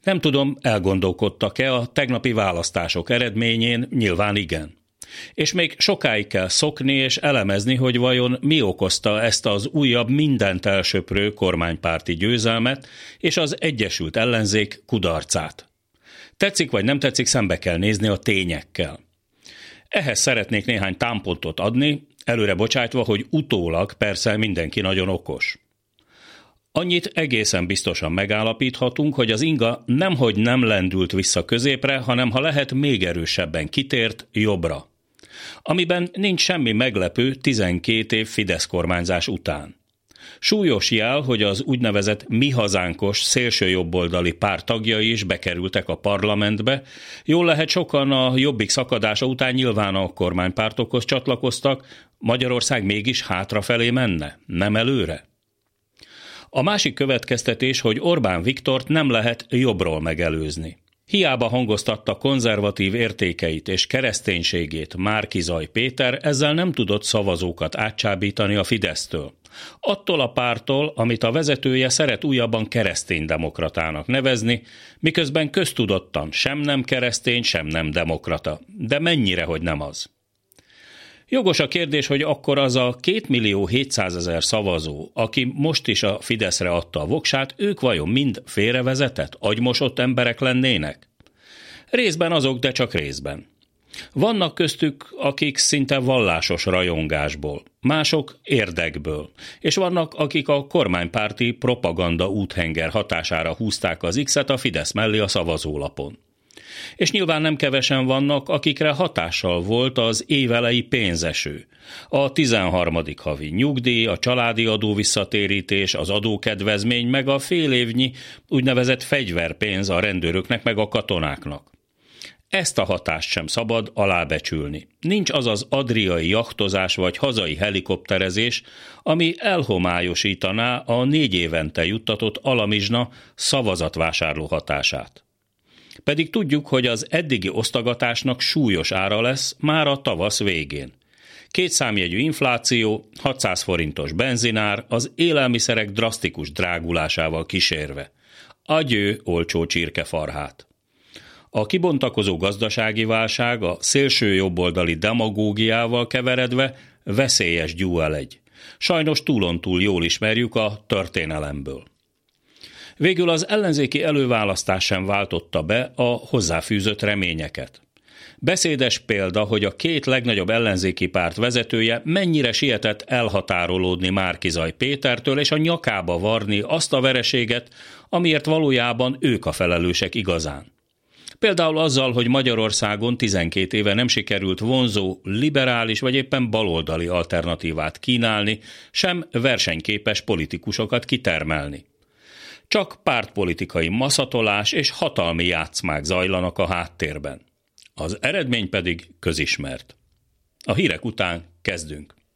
Nem tudom, elgondolkodtak-e a tegnapi választások eredményén, nyilván igen. És még sokáig kell szokni és elemezni, hogy vajon mi okozta ezt az újabb mindent elsöprő kormánypárti győzelmet és az egyesült ellenzék kudarcát. Tetszik vagy nem tetszik, szembe kell nézni a tényekkel. Ehhez szeretnék néhány támpontot adni, előre bocsájtva, hogy utólag persze mindenki nagyon okos. Annyit egészen biztosan megállapíthatunk, hogy az inga nemhogy nem lendült vissza középre, hanem ha lehet még erősebben kitért jobbra. Amiben nincs semmi meglepő 12 év Fidesz kormányzás után. Súlyos jel, hogy az úgynevezett mi hazánkos szélsőjobboldali párt tagjai is bekerültek a parlamentbe. Jól lehet, sokan a Jobbik szakadása után nyilván a kormánypártokhoz csatlakoztak, Magyarország mégis hátrafelé menne, nem előre. A másik következtetés, hogy Orbán Viktort nem lehet jobbról megelőzni. Hiába hangoztatta konzervatív értékeit és kereszténységét Márki-Zay Péter, ezzel nem tudott szavazókat átcsábítani a Fidesztől. Attól a párttól, amit a vezetője szeret újabban kereszténydemokratának nevezni, miközben köztudottan sem nem keresztény, sem nem demokrata. De mennyire, hogy nem az? Jogos a kérdés, hogy akkor az a 2 700 000 szavazó, aki most is a Fideszre adta a voksát, ők vajon mind félrevezetett, agymosott emberek lennének? Részben azok, de csak részben. Vannak köztük, akik szinte vallásos rajongásból, mások érdekből, és vannak, akik a kormánypárti propaganda úthenger hatására húzták az X-et a Fidesz mellé a szavazólapon. És nyilván nem kevesen vannak, akikre hatással volt az évelei pénzeső, a 13. havi nyugdíj, a családi adó visszatérítés, az adókedvezmény, meg a félévnyi úgynevezett fegyverpénz a rendőröknek meg a katonáknak. Ezt a hatást sem szabad alábecsülni. Nincs az az adriai jachtozás vagy hazai helikopterezés, ami elhomályosítaná a 4 évente juttatott alamizsna szavazatvásárló hatását. Pedig tudjuk, hogy az eddigi osztogatásnak súlyos ára lesz már a tavasz végén. 2 számjegyű infláció, 600 forintos benzinár, az élelmiszerek drasztikus drágulásával kísérve. Agyő olcsó csirkefarhát. A kibontakozó gazdasági válság a szélső jobboldali demagógiával keveredve veszélyes gyúelegy. Sajnos túlontúl jól ismerjük a történelemből. Végül az ellenzéki előválasztás sem váltotta be a hozzáfűzött reményeket. Beszédes példa, hogy a 2 legnagyobb ellenzéki párt vezetője mennyire sietett elhatárolódni Márki-Zay Pétertől és a nyakába varni azt a vereséget, amiért valójában ők a felelősek igazán. Például azzal, hogy Magyarországon 12 éve nem sikerült vonzó, liberális vagy éppen baloldali alternatívát kínálni, sem versenyképes politikusokat kitermelni. Csak pártpolitikai maszatolás és hatalmi játszmák zajlanak a háttérben. Az eredmény pedig közismert. A hírek után kezdünk.